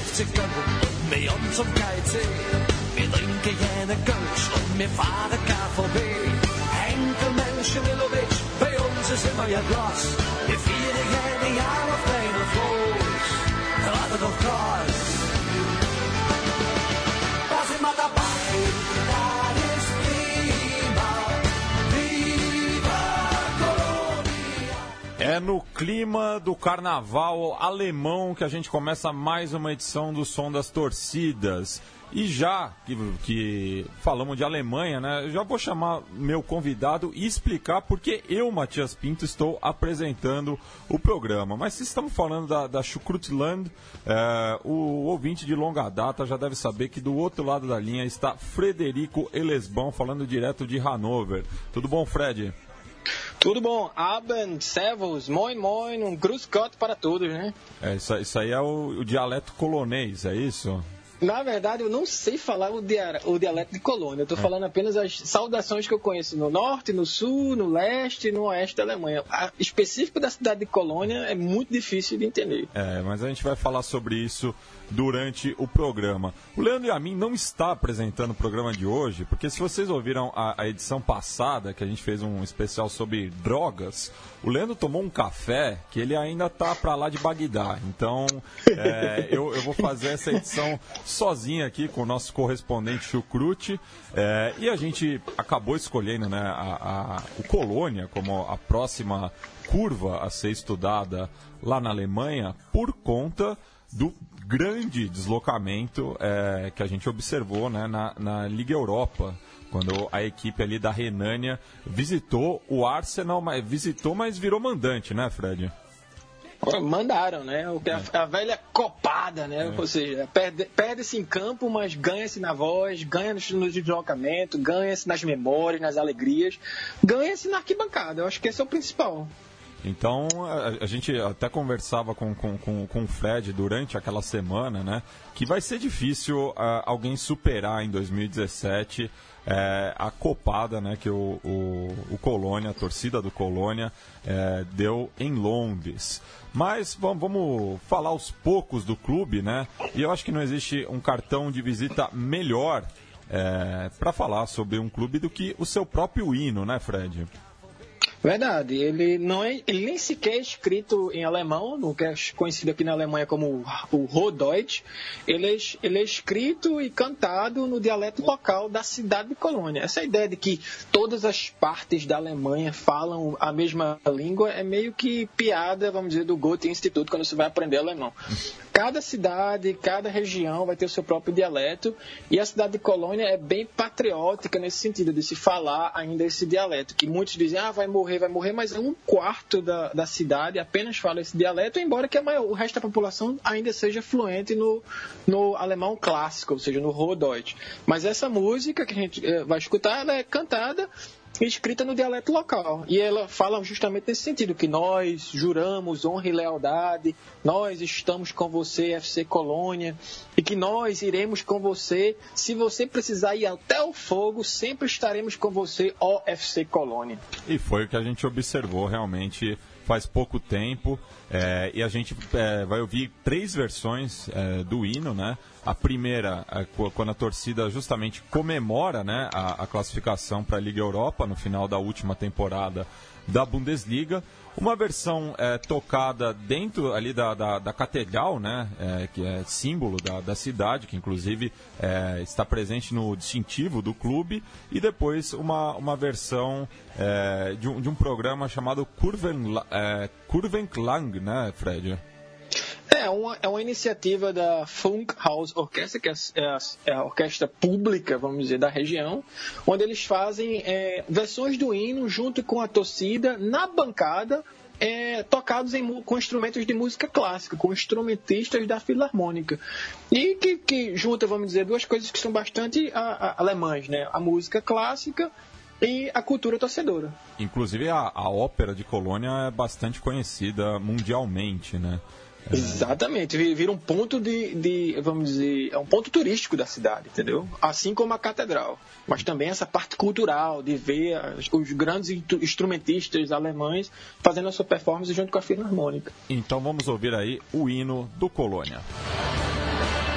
Sekunden med om zum KIT. Wir trinken gerne Kölsch und wir fahren KVB. Henkel, Menschen, Milovic, bei uns ist immer ja Glas. Wir vieren gerne Jahr auf deiner Fuß. Warte doch krass. Da sind wir dabei, das ist prima. Viva Colonia. É no clima do carnaval alemão que a gente começa mais uma edição do Som das Torcidas. E já que falamos de Alemanha, né, eu já vou chamar meu convidado e explicar porque eu, Matias Pinto, estou apresentando o programa. Mas se estamos falando da Schukrutland, o ouvinte de longa data já deve saber que do outro lado da linha está Frederico Elesbão, falando direto de Hannover. Tudo bom, Fred? Tudo bom, Abend, Servus, Moin Moin, Grüß Gott para todos, né? Isso aí é o dialeto colonês, é isso? Na verdade, eu não sei falar o dialeto de Colônia. Eu estou falando apenas as saudações que eu conheço no norte, no sul, no leste e no oeste da Alemanha. Específico da cidade de Colônia é muito difícil de entender. Mas a gente vai falar sobre isso durante o programa. O Leandro Yamin não está apresentando o programa de hoje, porque se vocês ouviram a edição passada, que a gente fez um especial sobre drogas, o Leandro tomou um café que ele ainda está para lá de Bagdá. Então, eu vou fazer essa edição sozinho aqui com o nosso correspondente Chucrute, e a gente acabou escolhendo, né, o Colônia como a próxima curva a ser estudada lá na Alemanha por conta do grande deslocamento que a gente observou, né, na Liga Europa, quando a equipe ali da Renânia visitou o Arsenal, mas virou mandante, né, Fred? Mandaram, né? A velha copada, né? Ou seja, perde-se em campo, mas ganha-se na voz, ganha-se no deslocamento, ganha-se nas memórias, nas alegrias, ganha-se na arquibancada. Eu acho que esse é o principal. Então, a gente até conversava com o Fred durante aquela semana, né? Que vai ser difícil alguém superar em 2017 a copada, né, que o Colônia, a torcida do Colônia, deu em Londres. Mas vamos falar aos poucos do clube, né? E eu acho que não existe um cartão de visita melhor para falar sobre um clube do que o seu próprio hino, né, Fred? Verdade, ele nem sequer é escrito em alemão, no que é conhecido aqui na Alemanha como o Hochdeutsch. Ele é escrito e cantado no dialeto local da cidade de Colônia. Essa ideia de que todas as partes da Alemanha falam a mesma língua é meio que piada, vamos dizer, do Goethe-Institut quando você vai aprender alemão. Cada cidade, cada região vai ter o seu próprio dialeto, e a cidade de Colônia é bem patriótica nesse sentido, de se falar ainda esse dialeto, que muitos dizem, vai morrer, mas um quarto da cidade apenas fala esse dialeto, embora que o resto da população ainda seja fluente no alemão clássico, ou seja, no Hochdeutsch. Mas essa música que a gente vai escutar, ela é cantada e escrita no dialeto local. E ela fala justamente nesse sentido, que nós juramos honra e lealdade, nós estamos com você, FC Colônia, e que nós iremos com você, se você precisar ir até o fogo, sempre estaremos com você, ó FC Colônia. E foi o que a gente observou realmente faz pouco tempo, e a gente vai ouvir 3 versões do hino, né? A primeira, quando a torcida justamente comemora, né, a classificação para a Liga Europa no final da última temporada da Bundesliga. Uma versão tocada dentro ali da catedral, né, que é símbolo da cidade, que inclusive está presente no distintivo do clube, e depois uma versão de um programa chamado Kurvenklang, né, Fred? É uma iniciativa da Funkhaus Orchestra, que é a orquestra pública, vamos dizer, da região, onde eles fazem versões do hino junto com a torcida na bancada, tocados com instrumentos de música clássica, com instrumentistas da Filarmônica. E que junta, vamos dizer, duas coisas que são bastante alemãs, né? A música clássica e a cultura torcedora. Inclusive a ópera de Colônia é bastante conhecida mundialmente, né? Exatamente, vira um ponto vamos dizer, é um ponto turístico da cidade, entendeu? Assim como a catedral, mas também essa parte cultural de ver os grandes instrumentistas alemães fazendo a sua performance junto com a Filarmônica. Então vamos ouvir aí o hino do Colônia.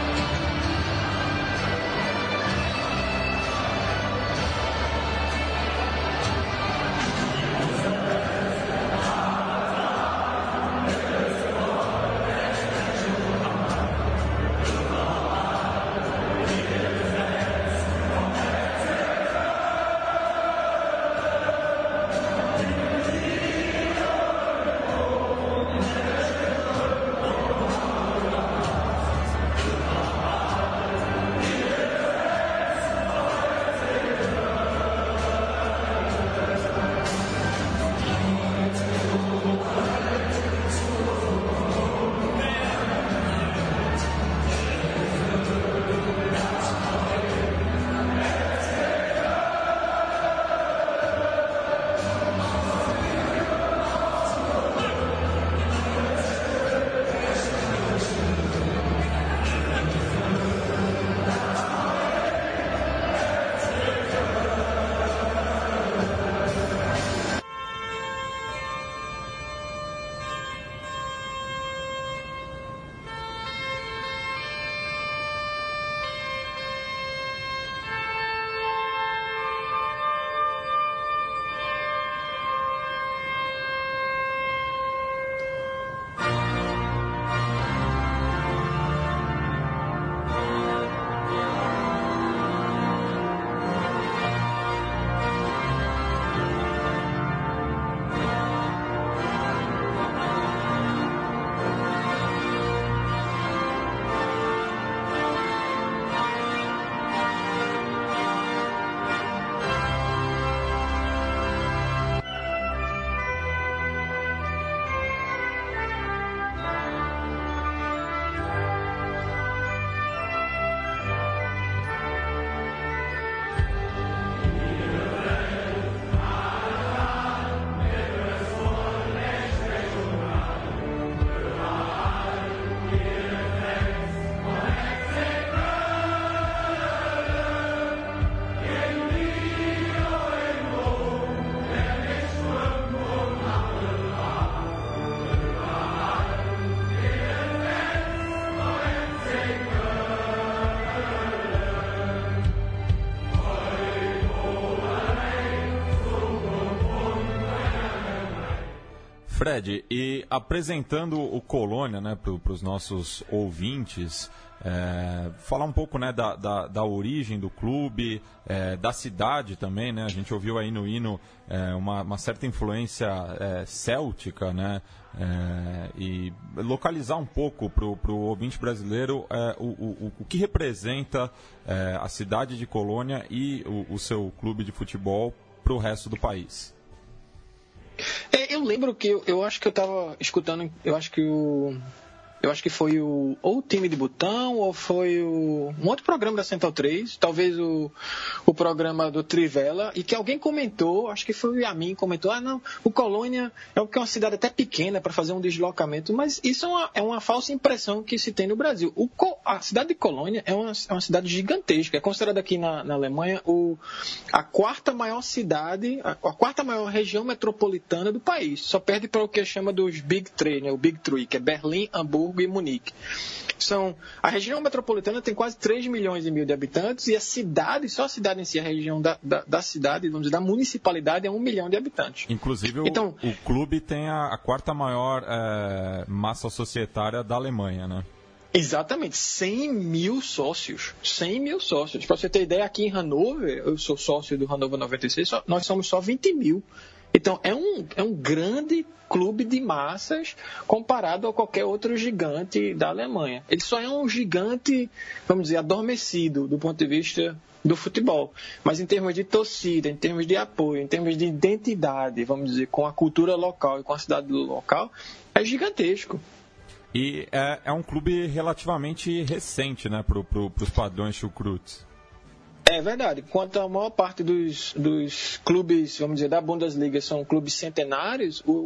Fred, e apresentando o Colônia, né, para os nossos ouvintes, falar um pouco, né, da origem do clube, da cidade também, né? A gente ouviu aí no hino uma certa influência céltica, né? E localizar um pouco para o ouvinte brasileiro o que representa a cidade de Colônia e o seu clube de futebol para o resto do país. Eu lembro que eu acho que eu estava escutando, eu acho que foi ou o Time de Botão, ou foi um outro programa da Central 3, talvez o programa do Trivela, e que alguém comentou, acho que foi o Yamin, comentou, não, o Colônia é uma cidade até pequena para fazer um deslocamento, mas isso é uma falsa impressão que se tem no Brasil. A cidade de Colônia é uma cidade gigantesca, é considerada aqui na Alemanha a quarta maior cidade, a quarta maior região metropolitana do país, só perde para o que chama dos Big Three, né, o Big Three, que é Berlim, Hamburgo e Munique. A região metropolitana tem quase 3 milhões e meio de habitantes e só a cidade em si, a região da cidade, vamos dizer, da municipalidade é 1 milhão de habitantes. Inclusive o clube tem a quarta maior massa societária da Alemanha, né? Exatamente, 100 mil sócios. 100 mil sócios. Para você ter ideia, aqui em Hannover, eu sou sócio do Hannover 96, nós somos só 20 mil. Então, é um grande clube de massas comparado a qualquer outro gigante da Alemanha. Ele só é um gigante, vamos dizer, adormecido do ponto de vista do futebol. Mas em termos de torcida, em termos de apoio, em termos de identidade, vamos dizer, com a cultura local e com a cidade local, é gigantesco. E é um clube relativamente recente, né, para os padrões chucrutes. É verdade. Enquanto a maior parte dos clubes, vamos dizer, da Bundesliga são clubes centenários, o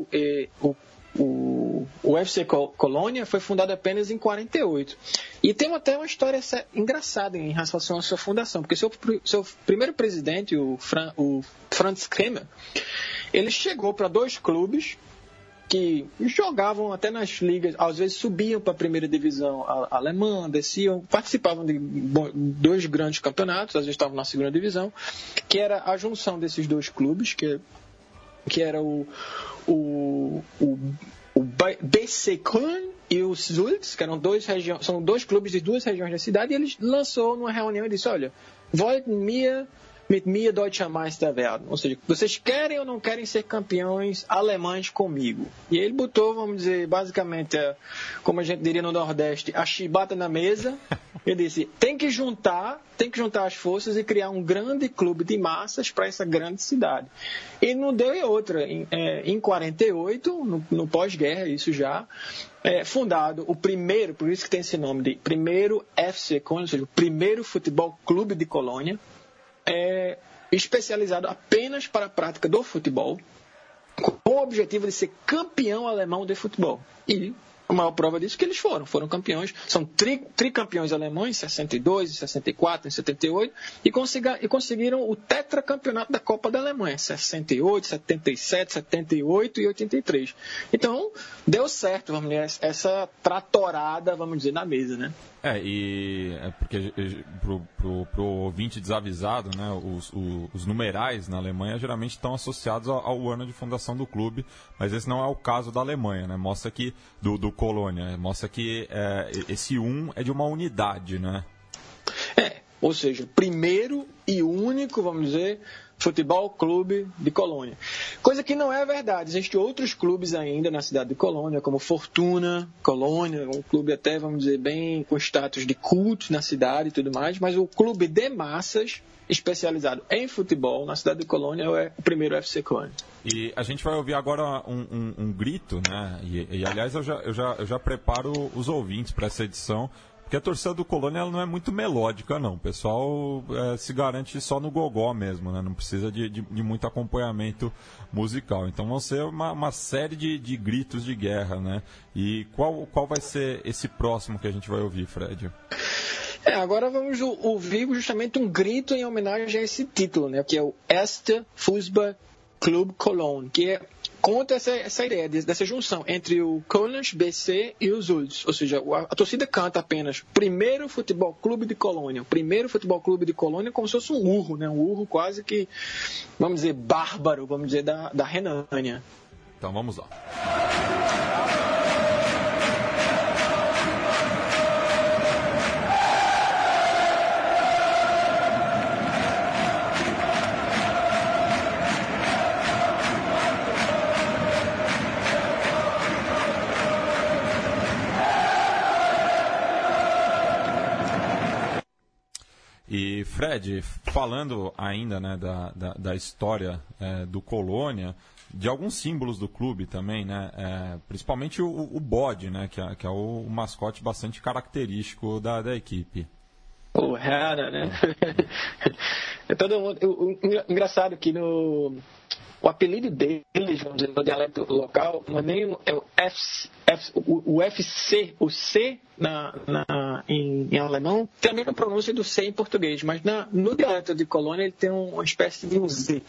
FC Colônia foi fundado apenas em 48. E tem até uma história engraçada em relação à sua fundação, porque seu primeiro presidente, o Franz Kremer, ele chegou para 2 clubes que jogavam até nas ligas, às vezes subiam para a primeira divisão alemã, desciam, participavam de 2 grandes campeonatos, às vezes estavam na segunda divisão, que era a junção desses 2 clubes, que era o BC Köln e o Sulz, que eram são 2 clubes de 2 regiões da cidade, e ele lançou numa reunião e disse, olha, wollten wir mit mir Deutscher Meister werden. Ou seja, vocês querem ou não querem ser campeões alemães comigo? E ele botou, vamos dizer, basicamente, como a gente diria no Nordeste, a chibata na mesa. Ele disse, tem que juntar as forças e criar um grande clube de massas para essa grande cidade. E não deu outra. Em 48, no pós-guerra, isso já, fundado o primeiro, por isso que tem esse nome de primeiro FC Colônia, ou seja, o primeiro futebol clube de Colônia, especializado apenas para a prática do futebol, com o objetivo de ser campeão alemão de futebol. E a maior prova disso é que eles foram campeões, são tricampeões alemães, em 62, em 64, em 78, e conseguiram o tetracampeonato da Copa da Alemanha, 68, 77, 78 e 83. Então, deu certo, vamos dizer, essa tratorada, vamos dizer, na mesa, né? Porque pro ouvinte desavisado, né, os numerais na Alemanha geralmente estão associados ao ano de fundação do clube, mas esse não é o caso da Alemanha, né? Mostra que do Colônia, mostra que esse 1 é de uma unidade, né? Ou seja, primeiro e único, vamos dizer, futebol clube de Colônia. Coisa que não é verdade. Existem outros clubes ainda na cidade de Colônia, como Fortuna, Colônia, um clube até, vamos dizer, bem com status de culto na cidade e tudo mais, mas o clube de massas, especializado em futebol, na cidade de Colônia, é o primeiro FC Colônia. E a gente vai ouvir agora um grito, né? E aliás, eu já preparo os ouvintes para essa edição, porque a torcida do Colônia ela não é muito melódica, não. O pessoal se garante só no gogó mesmo, né? Não precisa de muito acompanhamento musical. Então vão ser uma série de gritos de guerra, né? E qual vai ser esse próximo que a gente vai ouvir, Fred? Agora vamos ouvir justamente um grito em homenagem a esse título, né? Que é o Erste Fußball Club Cologne, que conta essa ideia dessa junção entre o Kölnisch BC e o Sulz. Ou seja, a torcida canta apenas primeiro futebol clube de Colônia. O primeiro futebol clube de Colônia como se fosse um urro, né? Um urro quase que, vamos dizer, bárbaro, vamos dizer, da Renânia. Então vamos lá. E, Fred, falando ainda, né, da história do Colônia, de alguns símbolos do clube também, né, principalmente o bode, né, que é o mascote bastante característico da equipe. O Rara, né? É todo mundo, engraçado que o apelido deles, vamos dizer, no dialeto local, não é nem o FC, o C em alemão, tem a mesma pronúncia do C em português, mas no dialeto de Colônia ele tem uma espécie de um Z,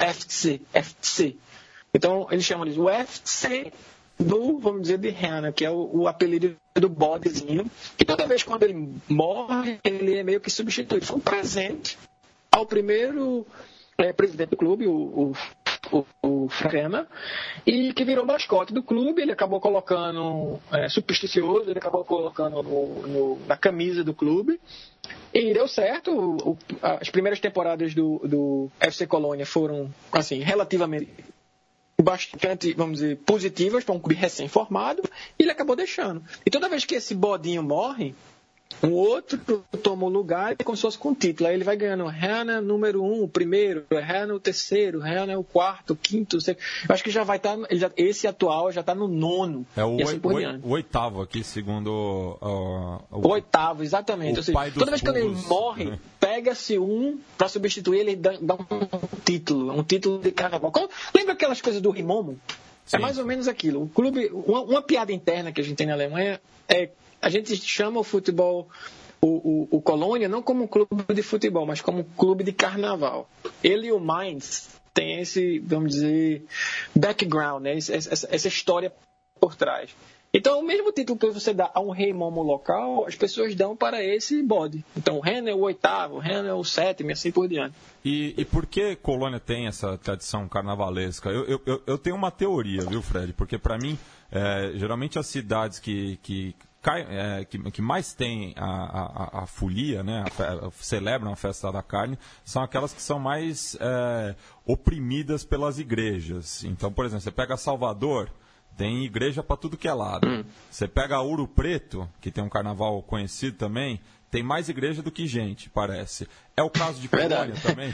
FC. Então eles chamam de o FC vamos dizer, de Hannah, que é o apelido do bodezinho, que toda vez quando ele morre, ele é meio que substituído. Foi um presente ao primeiro presidente do clube, o Hannah, e que virou mascote do clube. Ele acabou colocando, supersticioso, ele acabou colocando na camisa do clube, e deu certo. As primeiras temporadas do FC Colônia foram, assim, relativamente bastante, vamos dizer, positivas para um clube recém-formado, e ele acabou deixando. E toda vez que esse bodinho morre, um outro toma o lugar, é como se fosse com título. Aí ele vai ganhando Hannah número 1, o primeiro, Hannah o terceiro, Hannah o quarto, o quinto, o sexto. Eu acho que já vai estar, esse atual já está no 9º. É e assim por diante. O 8º aqui, segundo o 8º, exatamente. Ou seja, toda vez que ele morre, pega-se um para substituir, ele dá um título de carnaval. Lembra aquelas coisas do Rimomo? Sim. É mais ou menos aquilo. O clube, uma piada interna que a gente tem na Alemanha é: a gente chama o futebol, o Colônia, não como um clube de futebol, mas como um clube de carnaval. Ele e o Mainz têm esse, vamos dizer, background, né? essa história por trás. Então, o mesmo título que você dá a um rei momo local, as pessoas dão para esse bode. Então, o Hannah é o 8º, o Hannah é o 7º e assim por diante. E por que Colônia tem essa tradição carnavalesca? Eu tenho uma teoria, viu, Fred? Porque, para mim, geralmente as cidades que mais têm a folia, né, celebram a festa da carne, são aquelas que são mais oprimidas pelas igrejas. Então, por exemplo, você pega Salvador, tem igreja para tudo que é lado. Você pega Ouro Preto, que tem um carnaval conhecido também, tem mais igreja do que gente, parece. É o caso de Colônia também?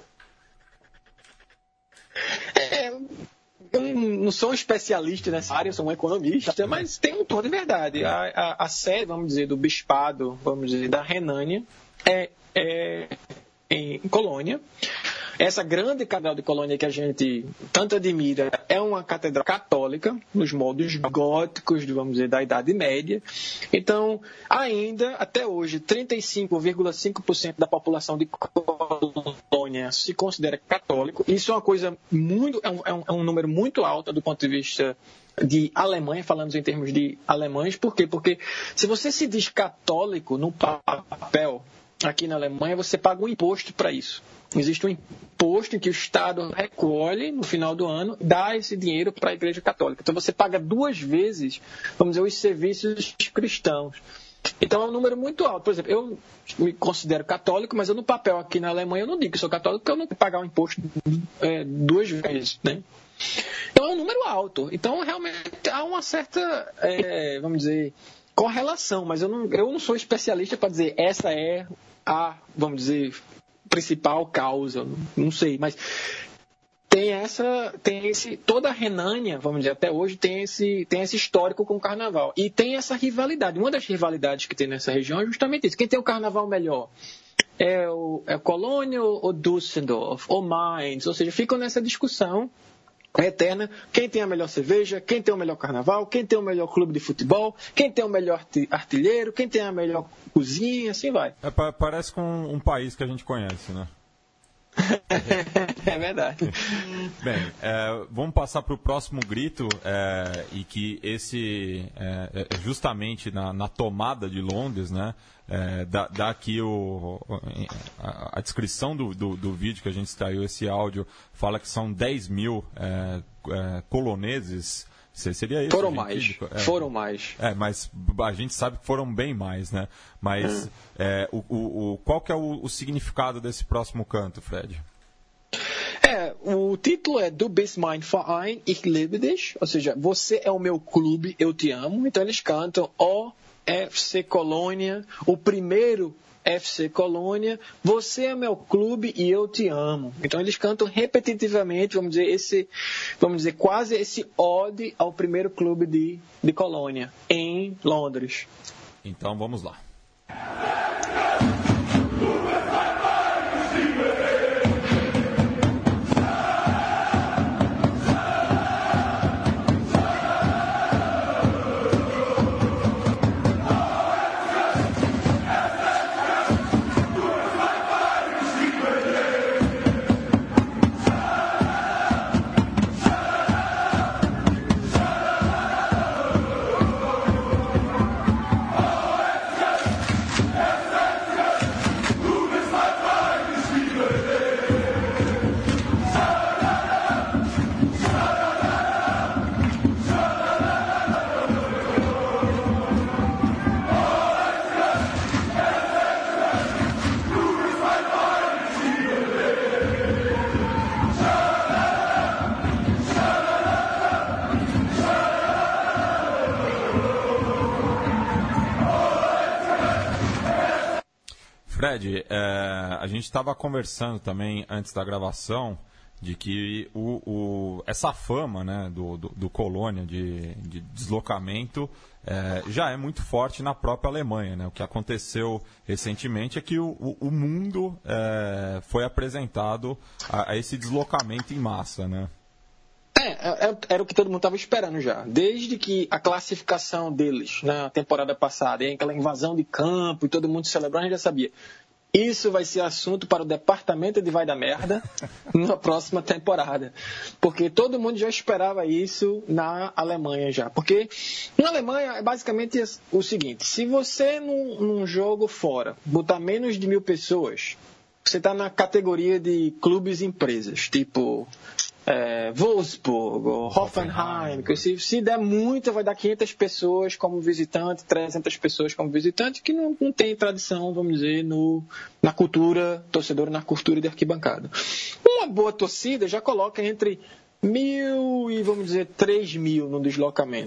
Eu não sou um especialista nessa área, eu sou um economista, mas tem um tom de verdade. A sede, vamos dizer, do bispado, vamos dizer, da Renânia, é em Colônia. Essa grande catedral de Colônia que a gente tanto admira é uma catedral católica, nos moldes góticos, vamos dizer, da Idade Média. Então, ainda, até hoje, 35,5% da população de Colônia se considera católico. Isso é uma coisa muito, é um número muito alto do ponto de vista de Alemanha, falando em termos de alemães. Por quê? Porque se você se diz católico no papel, aqui na Alemanha, você paga um imposto para isso. Existe um imposto em que o Estado recolhe no final do ano, dá esse dinheiro para a Igreja Católica. Então você paga 2 vezes, vamos dizer, os serviços cristãos. Então é um número muito alto. Por exemplo, eu me considero católico, mas eu no papel aqui na Alemanha eu não digo que sou católico, porque eu não tenho que pagar o imposto 2 vezes, né? Então é um número alto. Então realmente há uma certa, vamos dizer, correlação, mas eu não sou especialista para dizer essa é a, vamos dizer, principal causa, não sei, mas toda a Renânia, vamos dizer, até hoje tem esse histórico com o carnaval, e tem essa rivalidade. Uma das rivalidades que tem nessa região é justamente isso: quem tem o carnaval melhor é o Colônia ou Düsseldorf ou Mainz, ou seja, ficam nessa discussão eterna: quem tem a melhor cerveja, quem tem o melhor carnaval, quem tem o melhor clube de futebol, quem tem o melhor artilheiro, quem tem a melhor cozinha, assim vai. Parece com um país que a gente conhece, né? É verdade. Bem, vamos passar para o próximo grito, e que esse justamente na tomada de Londres, né? Dá aqui a descrição do vídeo que a gente extraiu, esse áudio, fala que são 10 mil coloneses. Seria isso? Foram mais. Mas a gente sabe que foram bem mais, né? Mas qual que é o significado desse próximo canto, Fred? O título é Du bist mein Verein, ich liebe dich, ou seja, você é o meu clube, eu te amo. Então eles cantam O FC Colônia, o primeiro FC Colônia, você é meu clube e eu te amo. Então eles cantam repetitivamente, vamos dizer quase esse ode ao primeiro clube de Colônia, em Londres. Então vamos lá. Fred, a gente estava conversando também antes da gravação de que essa fama, né, do Colônia de deslocamento já é muito forte na própria Alemanha, né? O que aconteceu recentemente é que o mundo foi apresentado a esse deslocamento em massa, né? Era o que todo mundo estava esperando já. Desde que a classificação deles na temporada passada, e aquela invasão de campo e todo mundo celebrou, a gente já sabia. Isso vai ser assunto para o departamento de vai da merda na próxima temporada. Porque todo mundo já esperava isso na Alemanha já. Porque na Alemanha é basicamente o seguinte: se você num jogo fora botar menos de 1.000 pessoas, você está na categoria de clubes e empresas, tipo Wolfsburg, Hoffenheim, que se der muito vai dar 500 pessoas como visitante, 300 pessoas como visitante, que não tem tradição, vamos dizer, na cultura torcedora, na cultura de arquibancada. Uma boa torcida já coloca entre 1.000 e, vamos dizer, 3.000 no deslocamento.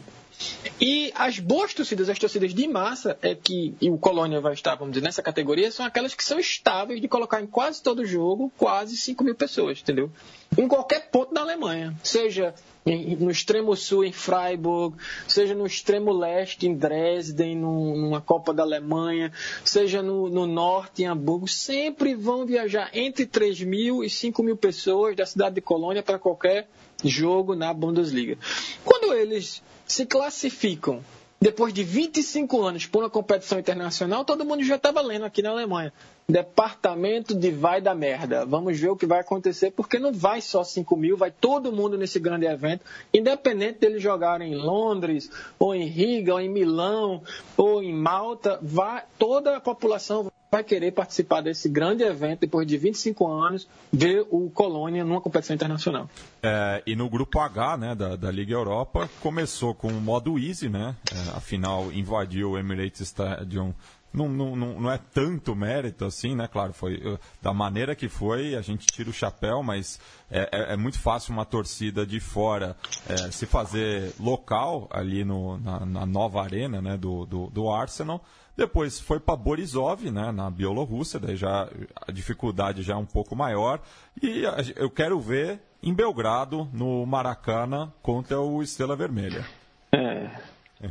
E as boas torcidas, as torcidas de massa, e o Colônia vai estar, vamos dizer, nessa categoria, são aquelas que são estáveis de colocar em quase todo jogo quase 5.000 pessoas, entendeu? Em qualquer ponto da Alemanha, seja no extremo sul em Freiburg, seja no extremo leste em Dresden, numa Copa da Alemanha, seja no norte em Hamburgo, sempre vão viajar entre 3.000 e 5.000 pessoas da cidade de Colônia para qualquer jogo na Bundesliga. Quando eles se classificam depois de 25 anos por uma competição internacional, todo mundo já estava lendo aqui na Alemanha: departamento de vai da merda. Vamos ver o que vai acontecer, porque não vai só 5.000, vai todo mundo nesse grande evento, independente deles jogarem em Londres, ou em Riga, ou em Milão, ou em Malta, toda a população vai querer participar desse grande evento depois de 25 anos, ver o Colônia numa competição internacional. E no grupo H, né, da Liga Europa, começou com o modo easy, né? Afinal, invadiu o Emirates Stadium. Não é tanto mérito assim, né? Claro, foi da maneira que foi, a gente tira o chapéu, mas é muito fácil uma torcida de fora se fazer local ali na nova arena, né, do Arsenal. Depois foi para Borisov, né, na Bielorrússia, daí já a dificuldade já é um pouco maior. E eu quero ver em Belgrado, no Maracanã, contra o Estrela Vermelha.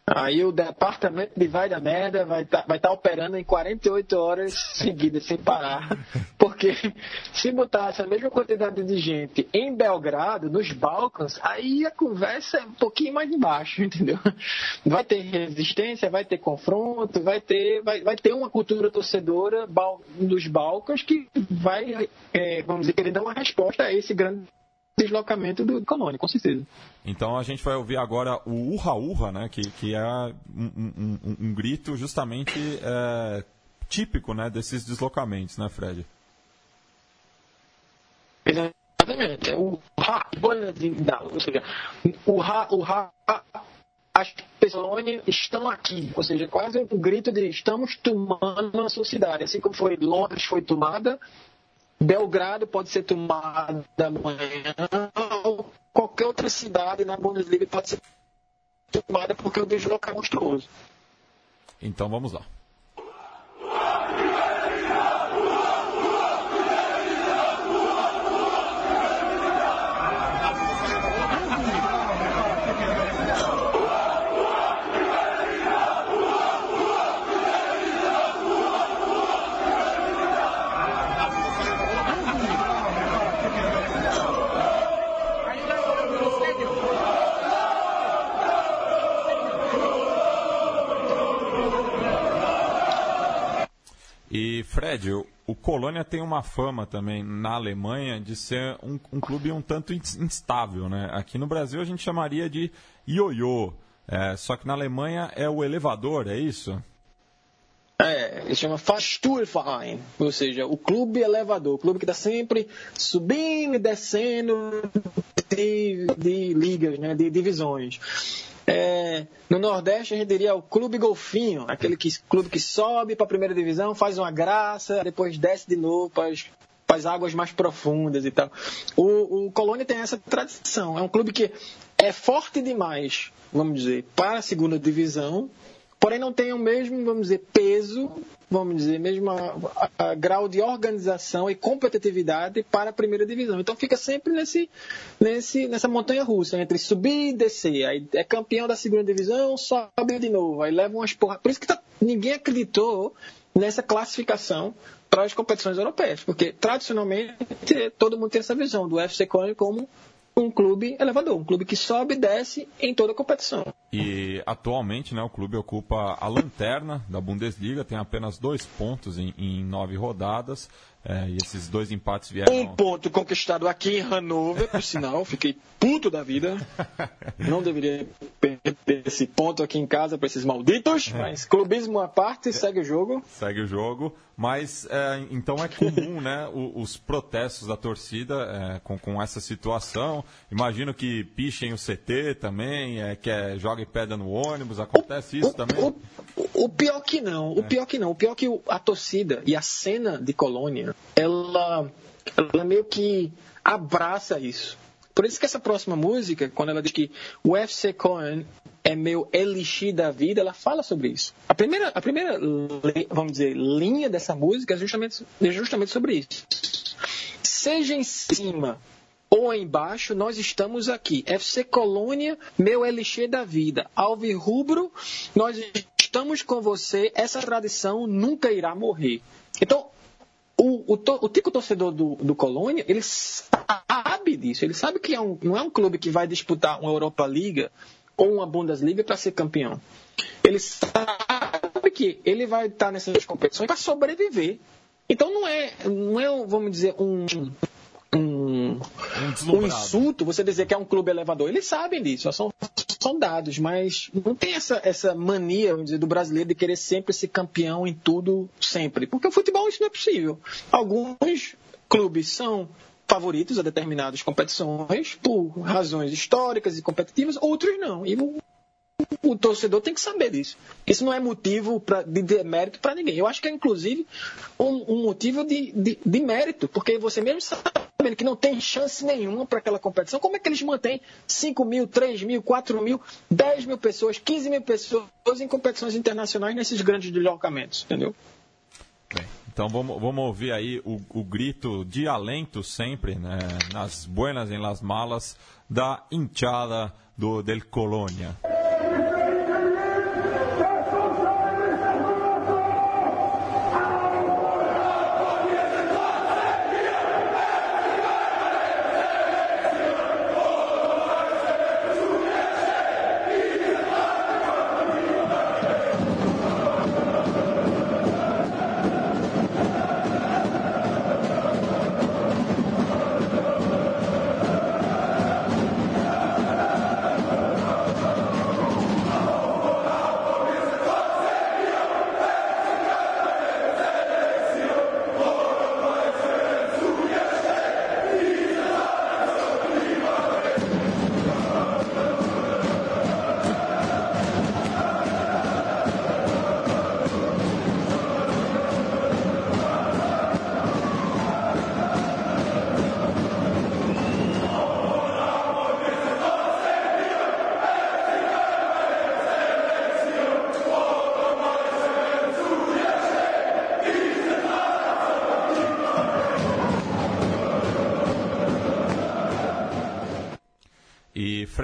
Aí o departamento de vai da merda vai tá operando em 48 horas seguidas, sem parar. Porque se botasse a mesma quantidade de gente em Belgrado, nos Balcãs, aí a conversa é um pouquinho mais embaixo, entendeu? Vai ter resistência, vai ter confronto, vai ter uma cultura torcedora dos Balcãs que vai, vamos dizer, querer dar uma resposta a esse grande deslocamento do Colônia, com certeza. Então a gente vai ouvir agora o urra-urra, né, que é um grito justamente típico, né, desses deslocamentos, né, Fred? Exatamente. O as pessoas estão aqui, ou seja, quase um grito de estamos tomando a sua cidade, assim como foi Londres foi tomada. Belgrado pode ser tomada amanhã, ou qualquer outra cidade na Bundesliga pode ser tomada porque o deslocamento é monstruoso. Então vamos lá. E, Fred, o Colônia tem uma fama também na Alemanha de ser um clube um tanto instável, né? Aqui no Brasil a gente chamaria de ioiô, só que na Alemanha é o elevador, é isso? Ele chama Fahrstuhlverein, ou seja, o clube elevador, o clube que está sempre subindo e descendo de ligas, né, de divisões. No Nordeste a gente diria o clube golfinho, aquele clube que sobe para a primeira divisão, faz uma graça, depois desce de novo para as águas mais profundas e tal. O Colônia tem essa tradição, é um clube que é forte demais, vamos dizer, para a segunda divisão, porém não tem o mesmo, vamos dizer, peso, vamos dizer, mesmo a grau de organização e competitividade para a primeira divisão. Então fica sempre nessa montanha-russa, entre subir e descer. Aí é campeão da segunda divisão, sobe de novo, aí leva umas porras. Por isso que ninguém acreditou nessa classificação para as competições europeias, porque tradicionalmente todo mundo tem essa visão do FC Köln como um clube elevador, um clube que sobe e desce em toda a competição. E atualmente, né, o clube ocupa a lanterna da Bundesliga, tem apenas 2 pontos em 9 rodadas, e esses 2 empates vieram... Um ponto conquistado aqui em Hannover, por sinal, fiquei puto da vida. Não deveria perder esse ponto aqui em casa para esses malditos, mas clubismo à parte, segue o jogo. Segue o jogo, mas então é comum, né, os protestos da torcida com essa situação. Imagino que pichem o CT também, joguem pedra no ônibus, acontece isso também? O pior que não, o pior que a torcida e a cena de Colônia, ela meio que abraça isso. Por isso que essa próxima música, quando ela diz que o FC Köln é meu elixir da vida, ela fala sobre isso. A primeira vamos dizer, linha dessa música é justamente sobre isso. Seja em cima ou embaixo, nós estamos aqui. FC Colônia, meu elixir da vida. Alvirrubro, nós estamos com você. Essa tradição nunca irá morrer. Então, o tico torcedor do Colônia, ele sabe disso. Ele sabe que não é um clube que vai disputar uma Europa Liga ou uma Bundesliga para ser campeão. Ele sabe que ele vai estar nessas competições para sobreviver. Então, não é, vamos dizer, um insulto você dizer que é um clube elevador. Eles sabem disso, são dados, mas não tem essa mania, vamos dizer, do brasileiro de querer sempre ser campeão em tudo, sempre. Porque o futebol isso não é possível. Alguns clubes são favoritos a determinadas competições por razões históricas e competitivas, outros não. E o torcedor tem que saber disso. Isso não é motivo de demérito para ninguém. Eu acho que é, inclusive, um motivo de mérito, porque você mesmo sabendo que não tem chance nenhuma para aquela competição, como é que eles mantêm 5 mil, 3 mil, 4 mil, 10 mil pessoas, 15 mil pessoas em competições internacionais nesses grandes deslocamentos, entendeu? Bem, então vamos ouvir aí o grito de alento sempre, né, nas buenas em las malas da hinchada del Colônia.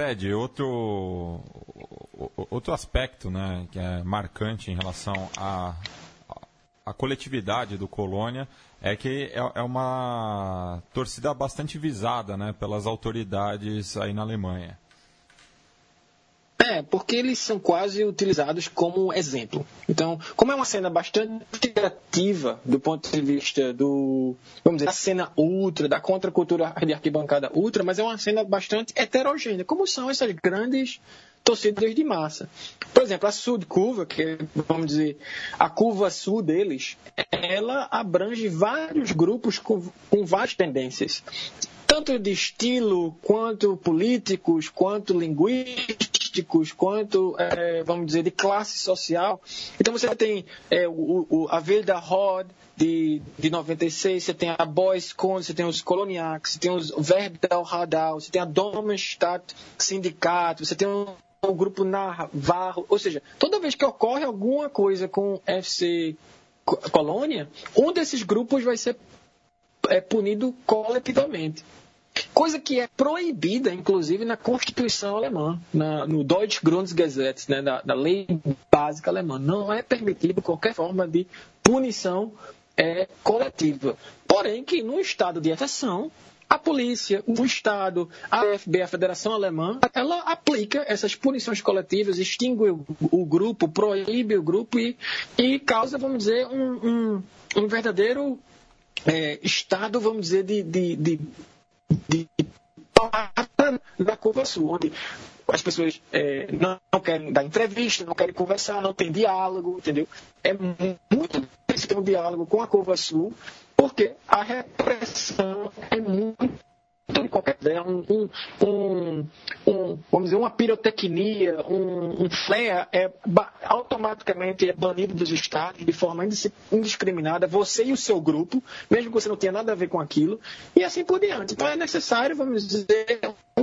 Fred, outro aspecto, né, que é marcante em relação à coletividade do Colônia é que é uma torcida bastante visada, né, pelas autoridades aí na Alemanha. Porque eles são quase utilizados como exemplo. Então, como é uma cena bastante criativa do ponto de vista da cena ultra, da contracultura de arquibancada ultra, mas é uma cena bastante heterogênea, como são essas grandes torcidas de massa. Por exemplo, a Südkurve, que vamos dizer, a curva sul deles, ela abrange vários grupos com várias tendências, tanto de estilo, quanto políticos, quanto linguísticos, quanto, vamos dizer, de classe social. Então você tem a Wilderhord de 96, você tem a Boys-Kon, você tem os Koloniaks, você tem os Werdau-Radau, você tem a Domestadt Sindicato, você tem o grupo Navarro, ou seja, toda vez que ocorre alguma coisa com FC Colônia, um desses grupos vai ser punido coletivamente. Coisa que é proibida, inclusive, na Constituição alemã, no Deutsche Grundgesetz, né, da lei básica alemã. Não é permitido qualquer forma de punição coletiva. Porém, que no estado de exceção, a polícia, o Estado, a AfB, a Federação Alemã, ela aplica essas punições coletivas, extingue o grupo, proíbe o grupo e causa, vamos dizer, um verdadeiro estado, vamos dizer, de na curva sul, onde as pessoas não querem dar entrevista, não querem conversar, não tem diálogo, entendeu? É muito difícil ter um diálogo com a curva sul, porque a repressão é muito de qualquer ideia, vamos dizer, uma pirotecnia, um flare automaticamente é banido dos estados de forma indiscriminada, você e o seu grupo, mesmo que você não tenha nada a ver com aquilo, e assim por diante. Então é necessário, vamos dizer,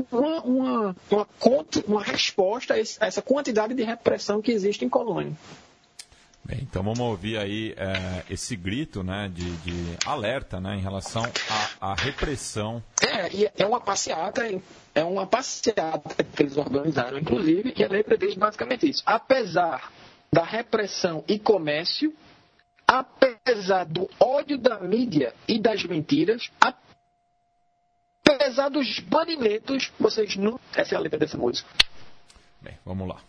uma resposta a essa quantidade de repressão que existe em Colônia. Bem, então vamos ouvir aí esse grito, né, de alerta, né, em relação à repressão. E é uma passeata que eles organizaram, inclusive, e a lei prevê basicamente isso. Apesar da repressão e comércio, apesar do ódio da mídia e das mentiras, apesar dos banimentos, vocês não... Essa é a letra dessa música. Bem, vamos lá.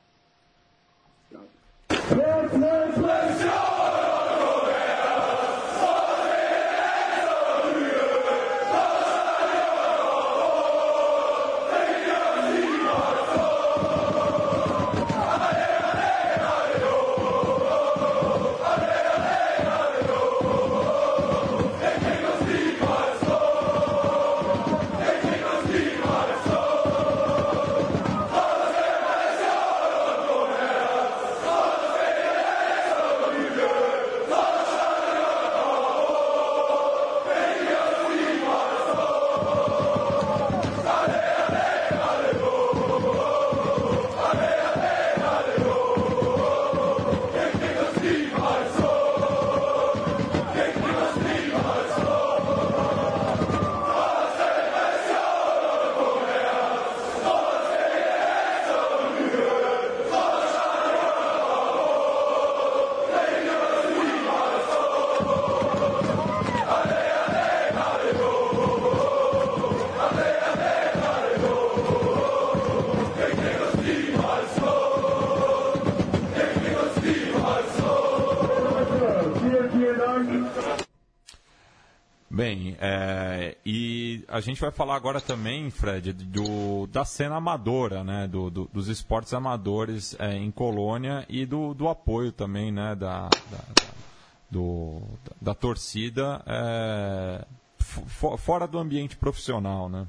Bem, e a gente vai falar agora também, Fred, da cena amadora, né, dos esportes amadores em Colônia e do apoio também, né, da torcida fora do ambiente profissional, né?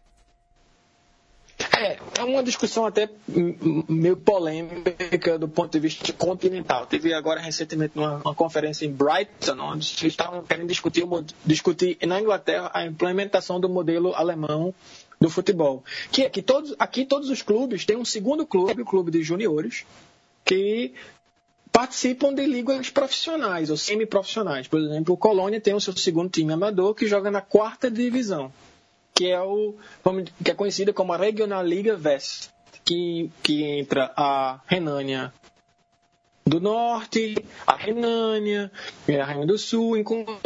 É uma discussão até meio polêmica do ponto de vista continental. Teve agora recentemente uma conferência em Brighton, onde eles estavam querendo discutir na Inglaterra a implementação do modelo alemão do futebol. Que aqui todos os clubes têm um segundo clube, o clube de juniores, que participam de ligas profissionais ou semiprofissionais. Por exemplo, o Colônia tem o seu segundo time amador que joga na 4ª divisão. que é conhecida como a Regionalliga West, que entra a Renânia do Norte, a Renânia do Sul,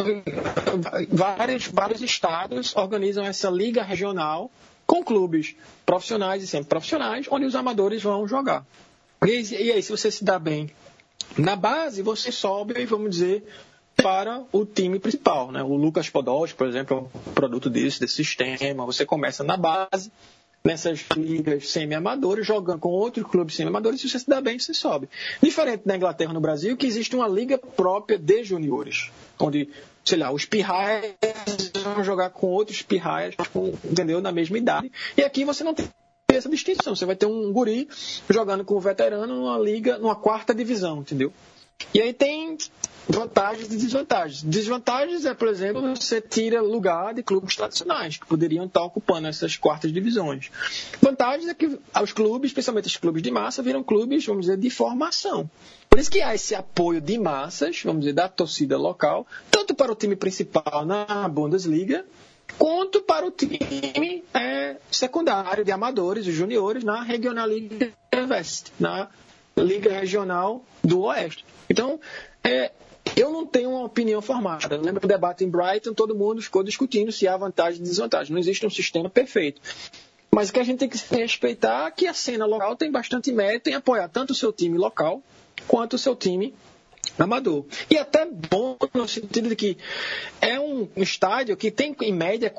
vários estados organizam essa liga regional com clubes profissionais e semi-profissionais, onde os amadores vão jogar. E aí, se você se dá bem na base, você sobe, vamos dizer, para o time principal, né? O Lucas Podolski, por exemplo, é um produto desse sistema. Você começa na base, nessas ligas semi-amadoras, jogando com outros clubes semi-amadores, se você se dá bem, você sobe. Diferente da Inglaterra, no Brasil, que existe uma liga própria de juniores, onde, sei lá, os pirraias vão jogar com outros pirraias, entendeu, na mesma idade. E aqui você não tem essa distinção. Você vai ter um guri jogando com o veterano numa liga, numa quarta divisão, entendeu? E aí tem vantagens e desvantagens. Desvantagens é, por exemplo, você tira lugar de clubes tradicionais que poderiam estar ocupando essas quartas divisões. Vantagens é que os clubes, especialmente os clubes de massa, viram clubes, vamos dizer, de formação. Por isso que há esse apoio de massas, vamos dizer, da torcida local, tanto para o time principal na Bundesliga, quanto para o time secundário de amadores e juniores na Regionalliga West, na Liga Regional do Oeste. Então, eu não tenho uma opinião formada. Eu lembro do debate em Brighton, todo mundo ficou discutindo se há vantagem e desvantagem. Não existe um sistema perfeito. Mas o que a gente tem que respeitar é que a cena local tem bastante mérito em apoiar tanto o seu time local quanto o seu time amador. E até bom no sentido de que é um estádio que tem, em média,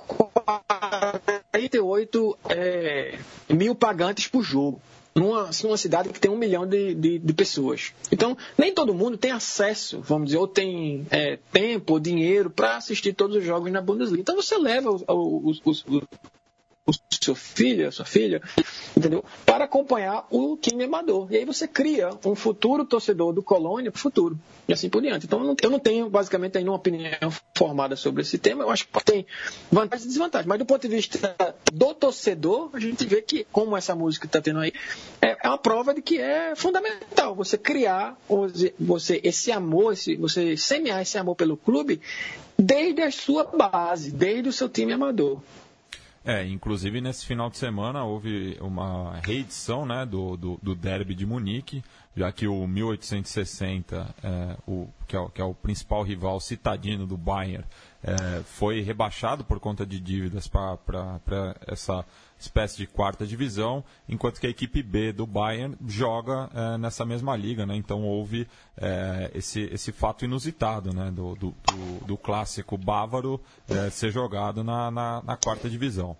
48 mil pagantes por jogo. Numa cidade que tem 1 milhão de pessoas. Então, nem todo mundo tem acesso, vamos dizer, ou tem tempo ou dinheiro para assistir todos os jogos na Bundesliga. Então, você leva o seu filho, a sua filha, entendeu? Para acompanhar o time amador. E aí você cria um futuro torcedor do Colônia para o futuro. E assim por diante. Então, eu não tenho, basicamente, ainda uma opinião formada sobre esse tema. Eu acho que tem vantagens e desvantagens. Mas do ponto de vista do torcedor, a gente vê que, como essa música está tendo aí, é uma prova de que é fundamental você criar esse amor, você semear esse amor pelo clube desde a sua base, desde o seu time amador. Inclusive nesse final de semana houve uma reedição, né, do Derby de Munique, já que o 1860, que é o principal rival citadino do Bayern, foi rebaixado por conta de dívidas para essa espécie de quarta divisão, enquanto que a equipe B do Bayern joga nessa mesma liga, né? Então houve esse fato inusitado, né, do clássico bávaro ser jogado na quarta divisão.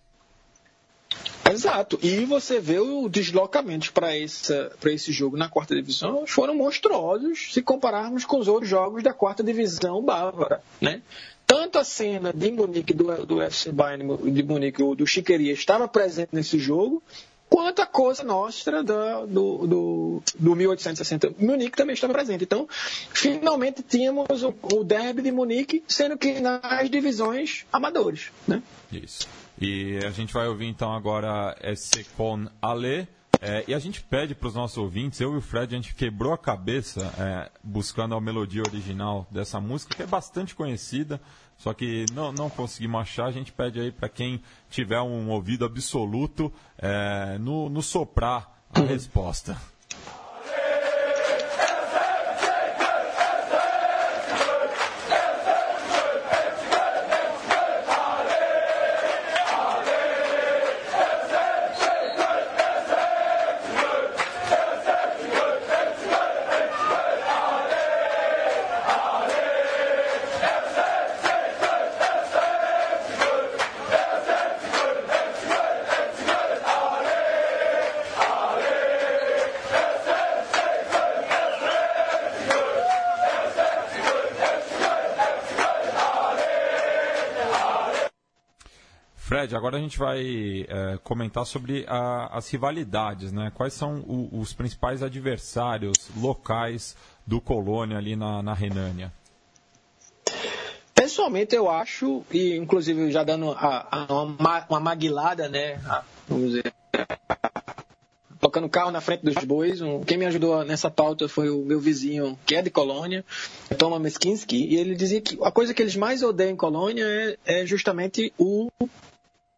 Exato, e você vê os deslocamentos para esse jogo na quarta divisão foram monstruosos se compararmos com os outros jogos da quarta divisão bávara, né? Tanto a cena de Munique, do FC Bayern de Munique, do Chiqueria, estava presente nesse jogo, quanto a Cosa Nostra do 1860. Munique também estava presente. Então, finalmente tínhamos o derby de Munique, sendo que nas divisões amadores, né? Isso. E a gente vai ouvir então agora SC Con Ale. E a gente pede para os nossos ouvintes, eu e o Fred, a gente quebrou a cabeça buscando a melodia original dessa música, que é bastante conhecida, só que não conseguimos achar. A gente pede aí para quem tiver um ouvido absoluto no soprar a resposta. Fred, agora a gente vai comentar sobre as rivalidades, né? Quais são os principais adversários locais do Colônia ali na Renânia? Pessoalmente, eu acho, e inclusive já dando uma maguilada, né? Vamos dizer, colocando o carro na frente dos bois. Quem me ajudou nessa pauta foi o meu vizinho, que é de Colônia, Thomas Meskinski, e ele dizia que a coisa que eles mais odeiam em Colônia é justamente o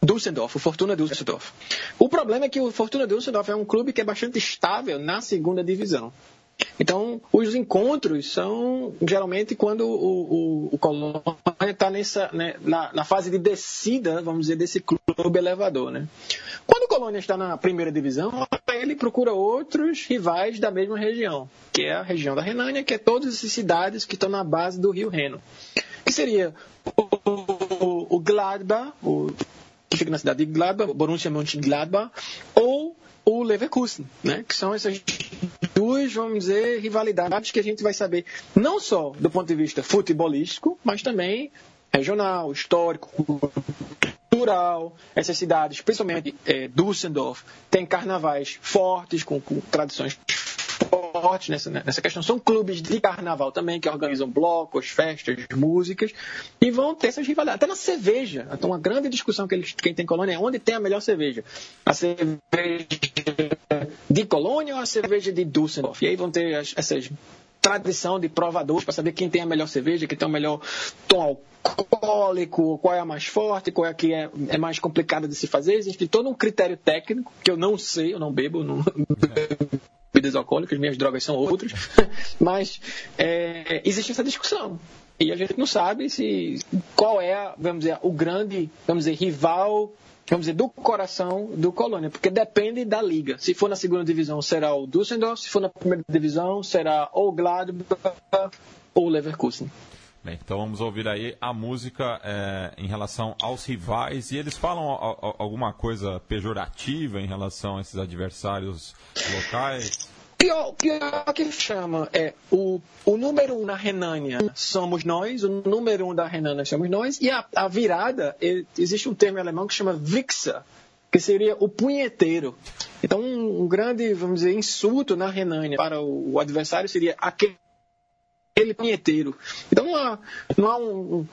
Düsseldorf, o Fortuna Düsseldorf. O problema é que o Fortuna Düsseldorf é um clube que é bastante estável na segunda divisão. Então, os encontros são geralmente quando o Colônia está na fase de descida, vamos dizer, desse clube elevador, né? Quando o Colônia está na primeira divisão, ele procura outros rivais da mesma região, que é a região da Renânia, que é todas essas cidades que estão na base do rio Reno. Que seria o Gladbach, que fica na cidade de Gladbach, Borussia Mönchengladbach, ou o Leverkusen, né? Que são essas duas, vamos dizer, rivalidades que a gente vai saber não só do ponto de vista futebolístico, mas também regional, histórico, cultural. Essas cidades, principalmente Düsseldorf, tem carnavais fortes, com tradições fortes nessa questão. São clubes de carnaval também, que organizam blocos, festas, músicas, e vão ter essas rivalidades. Até na cerveja. Então, uma grande discussão que quem tem Colônia é onde tem a melhor cerveja. A cerveja de Colônia ou a cerveja de Düsseldorf? E aí vão ter essas tradição de provadores para saber quem tem a melhor cerveja, quem tem o melhor tom alcoólico, qual é a mais forte, qual é a que é mais complicada de se fazer. Existe todo um critério técnico que eu não sei, eu não bebo, bebidas alcoólicas, minhas drogas são outras, mas existe essa discussão. E a gente não sabe qual é, vamos dizer, o grande, rival, do coração do Colônia, porque depende da liga. Se for na segunda divisão, será o Düsseldorf, se for na primeira divisão, será ou Gladbach ou Leverkusen. Bem, então vamos ouvir aí a música em relação aos rivais, e eles falam alguma coisa pejorativa em relação a esses adversários locais? Pior que chama o número 1 na Renânia somos nós, o número 1 da Renânia somos nós, e a virada, existe um termo em alemão que chama Wichser, que seria o punheteiro. Então, um grande, vamos dizer, insulto na Renânia para o adversário seria aquele punheteiro. Então não há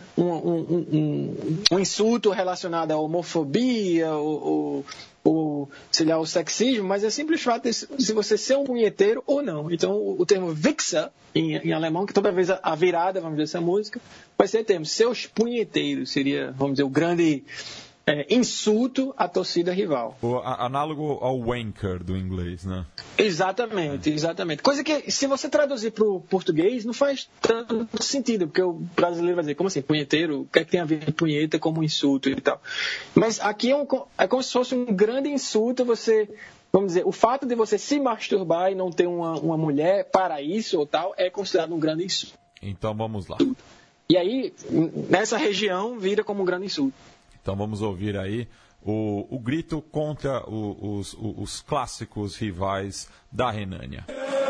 um insulto relacionado à homofobia ou sei lá, o sexismo, mas é simples fato de se você ser um punheteiro ou não. Então o termo Wichser em alemão, que toda vez a virada, vamos dizer, essa música, vai ser o termo seus punheteiros, seria, vamos dizer, o grande insulto à torcida rival. Análogo ao wanker do inglês, né? Exatamente. Coisa que, se você traduzir para o português, não faz tanto sentido, porque o brasileiro vai dizer, como assim, punheteiro? O que é que tem a ver com punheta como insulto e tal? Mas aqui é como se fosse um grande insulto, vamos dizer, o fato de você se masturbar e não ter uma mulher para isso ou tal, é considerado um grande insulto. Então vamos lá. E aí, nessa região, vira como um grande insulto. Então vamos ouvir aí o grito contra os clássicos rivais da Renânia.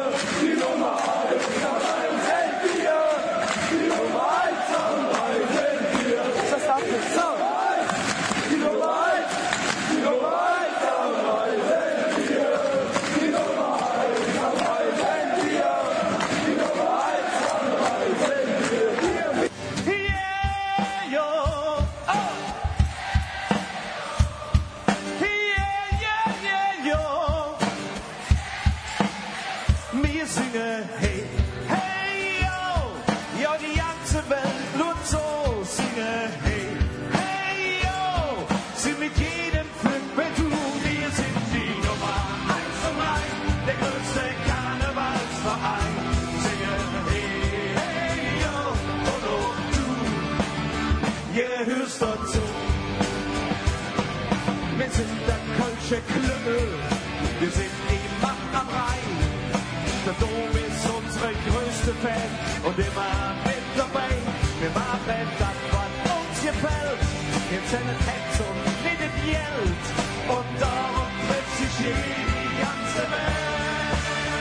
Wir sind immer am Rhein. Der Dom ist unsere größte Fan und immer mit dabei. Wir machen das, was uns gefällt. Wir zählen Hex und nicht Geld. Und darum trifft sich hier die ganze Welt.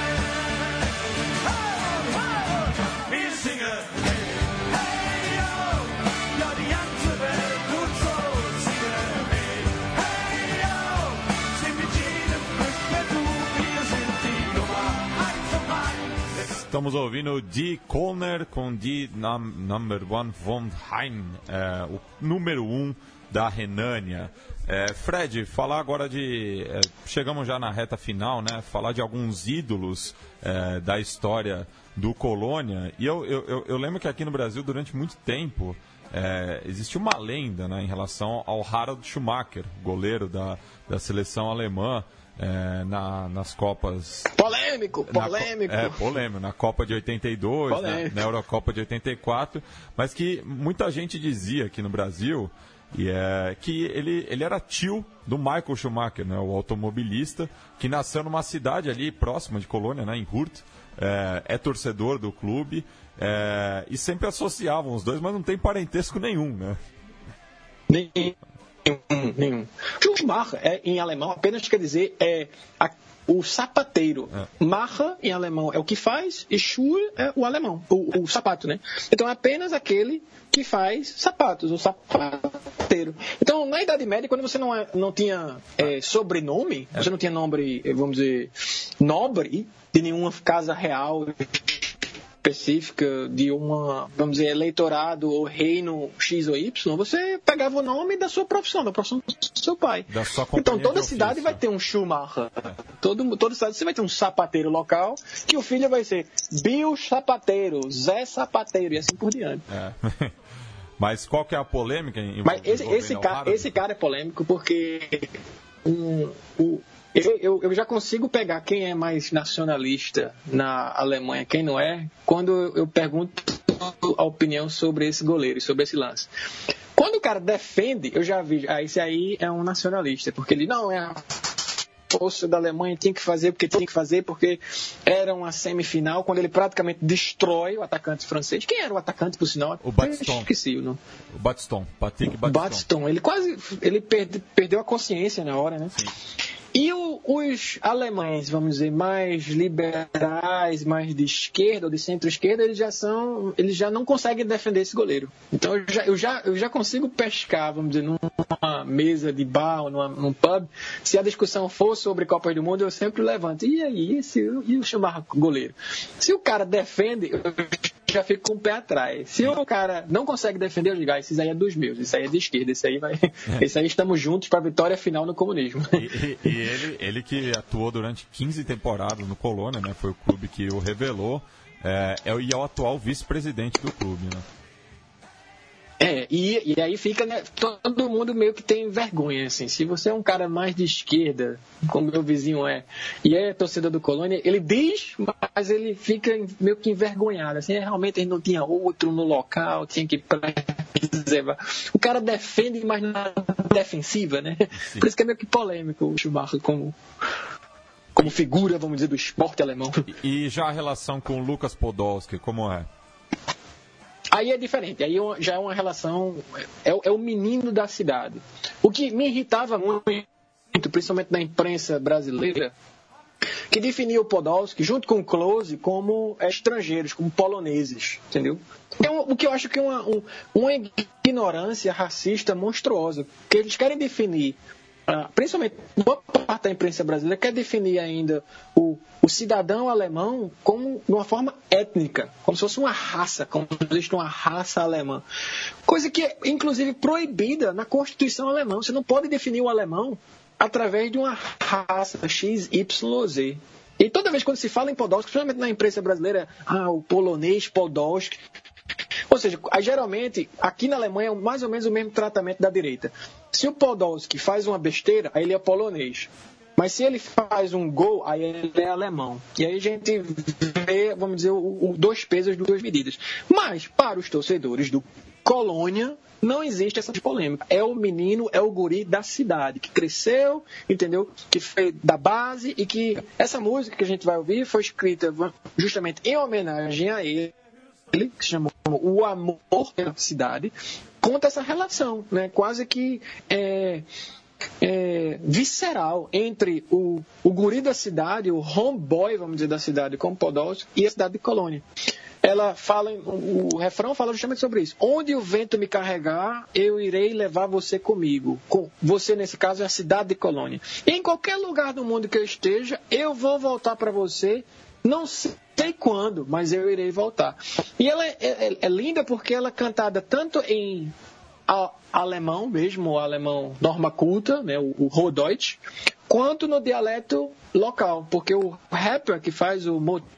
Hey, hey, wir singen. Hey, hey, yo. Ja, die ganze Welt tut so singen. Hey, hey, yo. Sind mit jedem Glück mehr du. Wir sind die Nummer 1 vom Rhein. Estamos ouvindo Die Kölner com Die Number 1 von Rhein, o número 1 da Renânia. Fred, falar agora chegamos já na reta final, né? Falar de alguns ídolos da história do Colônia. E eu lembro que aqui no Brasil, durante muito tempo, existe uma lenda, né, em relação ao Harald Schumacher, goleiro da seleção alemã, nas Copas... Polêmico! Polêmico. Na Copa de 82, na Eurocopa de 84, mas que muita gente dizia aqui no Brasil que ele era tio do Michael Schumacher, né, o automobilista, que nasceu numa cidade ali próxima de Colônia, né, em Hurt, é torcedor do clube, e sempre associavam os dois, mas não tem parentesco nenhum, né? Nenhum. Schumacher, em alemão, apenas quer dizer o sapateiro. Macher, em alemão, é o que faz, e Schuh é o alemão, o sapato, né? Então é apenas aquele que faz sapatos, o sapateiro. Então, na Idade Média, quando você não tinha sobrenome, você não tinha nome, vamos dizer, nobre de nenhuma casa real específica, de vamos dizer, eleitorado ou reino X ou Y, você pegava o nome da sua profissão, da profissão do seu pai. Então toda cidade vai ter um Schumacher. Toda cidade você vai ter um sapateiro local, que o filho vai ser Bill Sapateiro, Zé Sapateiro, e assim por diante. Mas qual que é a polêmica? Mas esse cara é polêmico porque eu já consigo pegar quem é mais nacionalista na Alemanha, quem não é, quando eu pergunto a opinião sobre esse goleiro, sobre esse lance. Quando o cara defende, eu já vi, esse aí é um nacionalista, porque ele não é a força da Alemanha, tinha que fazer porque era uma semifinal, quando ele praticamente destrói o atacante francês. Quem era o atacante, por sinal? O Battiston. Esqueci o nome. O Battiston, Patrick Battiston. Ele perdeu a consciência na hora, né? Sim. E os alemães, vamos dizer, mais liberais, mais de esquerda ou de centro-esquerda, eles já não conseguem defender esse goleiro. Então eu já consigo pescar, vamos dizer, numa mesa de bar ou num pub, se a discussão for sobre Copas do Mundo, eu sempre levanto. E aí, e o Schumacher goleiro? Se o cara defende, eu já fico com o pé atrás. Se o cara não consegue defender, eu digo, esse aí é dos meus, esse aí é de esquerda, esse aí estamos juntos para a vitória final no comunismo. E ele que atuou durante 15 temporadas no Colônia, né, foi o clube que o revelou, e é o atual vice-presidente do clube, né? E aí fica, né, todo mundo meio que tem vergonha, assim. Se você é um cara mais de esquerda, como meu vizinho e é torcedor do Colônia, ele diz, mas ele fica meio que envergonhado, assim, realmente ele não tinha outro no local, tinha que preservar. O cara defende, mas na defensiva, né? Sim. Por isso que é meio que polêmico o Schumacher como figura, vamos dizer, do esporte alemão. E já a relação com o Lucas Podolski, como é? Aí é diferente, aí já é uma relação, é o menino da cidade. O que me irritava muito, principalmente na imprensa brasileira, que definia o Podolski, junto com o Klose, como estrangeiros, como poloneses, entendeu? O que eu acho que é uma ignorância racista monstruosa, porque eles querem definir, principalmente boa parte da imprensa brasileira, quer definir ainda o cidadão alemão como de uma forma étnica, como se fosse uma raça, como se existe uma raça alemã. Coisa que é, inclusive, proibida na Constituição alemã. Você não pode definir o alemão através de uma raça X, Y ou Z. E toda vez quando se fala em Podolski, principalmente na imprensa brasileira, o polonês Podolski. Ou seja, geralmente, aqui na Alemanha é mais ou menos o mesmo tratamento da direita. Se o Podolski faz uma besteira, aí ele é polonês. Mas se ele faz um gol, aí ele é alemão. E aí a gente vê, vamos dizer, dois pesos, duas medidas. Mas, para os torcedores do Colônia, não existe essa polêmica. É o menino, é o guri da cidade, que cresceu, entendeu? Que foi da base e que essa música que a gente vai ouvir foi escrita justamente em homenagem a ele, que se chamou O Amor da Cidade, conta essa relação, né? Quase que visceral entre o guri da cidade, o homeboy, vamos dizer, da cidade, como Podolski, e a cidade de Colônia. Ela fala, o refrão fala justamente sobre isso. Onde o vento me carregar, eu irei levar você comigo. Você, nesse caso, é a cidade de Colônia. E em qualquer lugar do mundo que eu esteja, eu vou voltar para você. Não sei quando, mas eu irei voltar. E ela é linda porque ela é cantada tanto em alemão mesmo, o alemão norma culta, né, o Hochdeutsch, quanto no dialeto local, porque o rapper que faz o motivo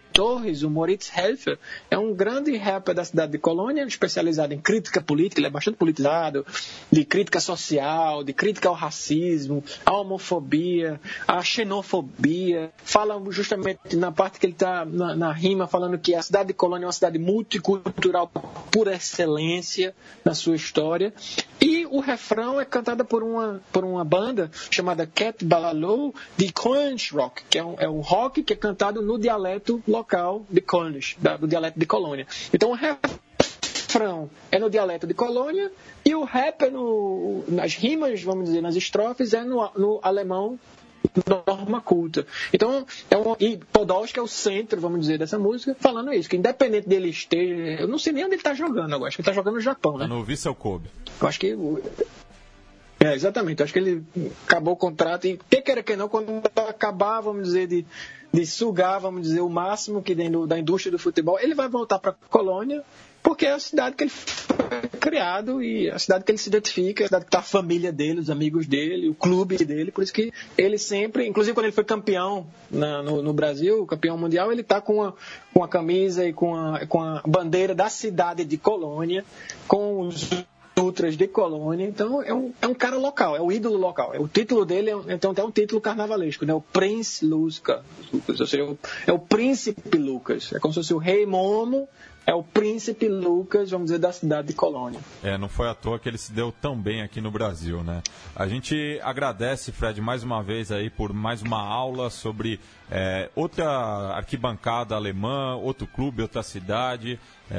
Torres, o Moritz Helfer, é um grande rapper da cidade de Colônia, especializado em crítica política, ele é bastante politizado, de crítica social, de crítica ao racismo, à homofobia, à xenofobia. Fala justamente na parte que ele está na rima, falando que a cidade de Colônia é uma cidade multicultural por excelência na sua história. E o refrão é cantado por uma banda chamada Cat Ballaloo de College Rock, que é um rock que é cantado no dialeto local de College, do dialeto de Colônia. Então o refrão é no dialeto de Colônia e o rap é nas rimas, vamos dizer, nas estrofes, é no alemão norma culta. Então, e Podolski é o centro, vamos dizer, dessa música, falando isso, que independente dele esteja, eu não sei nem onde ele está jogando agora, acho que ele está jogando no Japão, né? Tá no Vissel Kobe. Eu acho que exatamente, eu acho que ele acabou o contrato e queira que não, quando acabar, vamos dizer, de sugar, vamos dizer, o máximo que dentro da indústria do futebol, ele vai voltar para Colônia, porque é a cidade que ele foi criado e a cidade que ele se identifica, a cidade que está a família dele, os amigos dele, o clube dele, por isso que ele sempre, inclusive quando ele foi campeão no Brasil, campeão mundial, ele está com a camisa e com a bandeira da cidade de Colônia, com os ultras de Colônia, então é um cara local, é o ídolo local. O título dele então até um título carnavalesco, né? O Prince Lucas, ou seja, é o Príncipe Lucas, é como se fosse o Rei Momo, é o Príncipe Lucas, vamos dizer, da cidade de Colônia. Não foi à toa que ele se deu tão bem aqui no Brasil, né? A gente agradece, Fred, mais uma vez aí por mais uma aula sobre outra arquibancada alemã, outro clube, outra cidade,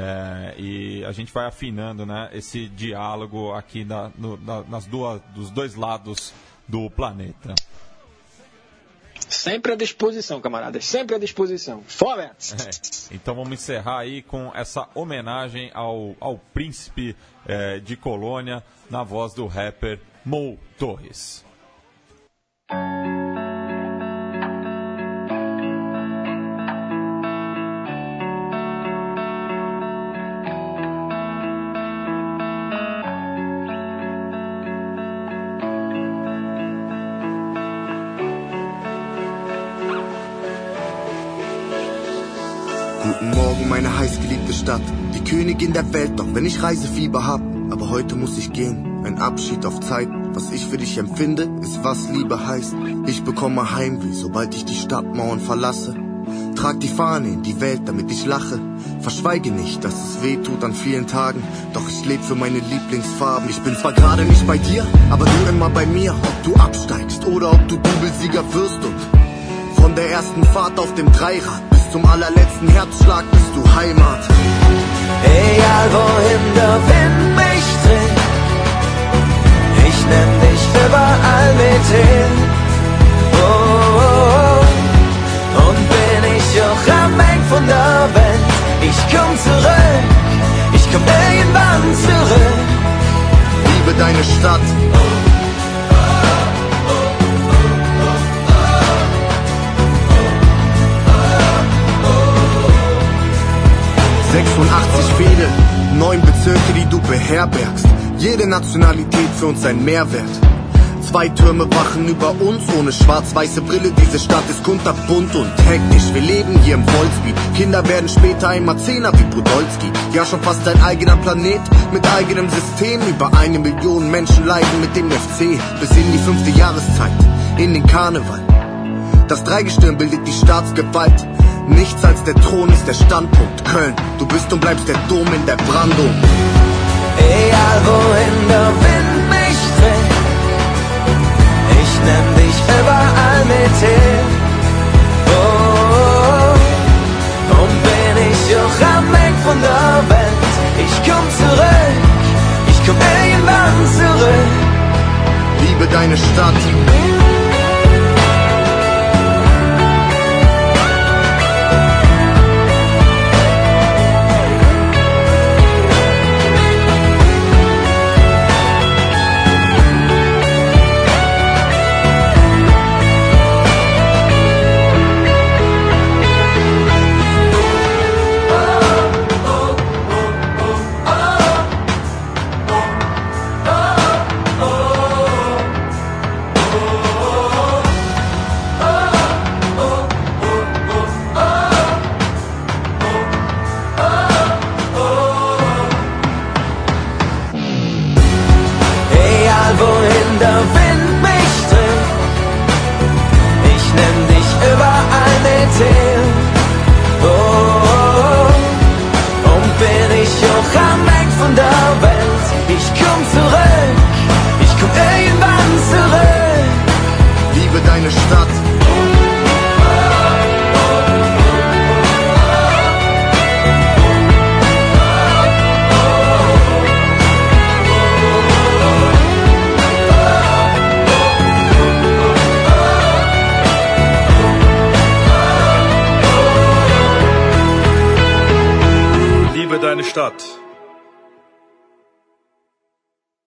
e a gente vai afinando, né, esse diálogo aqui dos dois lados do planeta. Sempre à disposição, camaradas. Sempre à disposição. Vorwärts! Então vamos encerrar aí com essa homenagem ao príncipe de Colônia, na voz do rapper Mo Torres. Guten Morgen, meine heißgeliebte Stadt, die Königin der Welt, doch wenn ich Reisefieber hab. Aber heute muss ich gehen, ein Abschied auf Zeit. Was ich für dich empfinde, ist was Liebe heißt. Ich bekomme Heimweh, sobald ich die Stadtmauern verlasse. Trag die Fahne in die Welt, damit ich lache. Verschweige nicht, dass es weh tut an vielen Tagen. Doch ich lebe für meine Lieblingsfarben. Ich bin zwar gerade nicht bei dir, aber du immer bei mir. Ob du absteigst oder ob du Doublesieger wirst. Und von der ersten Fahrt auf dem Dreirad bis zum allerletzten Herzschlag bist du Heimat. Egal wohin der Wind mich trägt, ich nehm dich überall mit hin. Oh, oh, oh. Und bin ich auch am Ende von der Welt, ich komm zurück, ich komm irgendwann zurück. Liebe deine Stadt. 86 Fädel, 9 Bezirke, die du beherbergst. Jede Nationalität für uns ein Mehrwert. 2 Türme wachen über uns, ohne schwarz-weiße Brille. Diese Stadt ist kunterbunt und hektisch. Wir leben hier im Vollspeed. Kinder werden später einmal Zehner wie Podolski. Ja, schon fast ein eigener Planet mit eigenem System. Über 1 Million Menschen leiden mit dem FC. Bis in die 5. Jahreszeit, in den Karneval. Das Dreigestirn bildet die Staatsgewalt. Nichts als der Thron ist der Standpunkt. Köln, du bist und bleibst der Dom in der Brandung. Egal wohin der Wind mich trägt, ich nehm dich überall mit hin. Oh, oh, oh. Und bin ich auch am Ende von der Welt, ich komm zurück, ich komm irgendwann zurück. Liebe deine Stadt. liebe deine Stadt.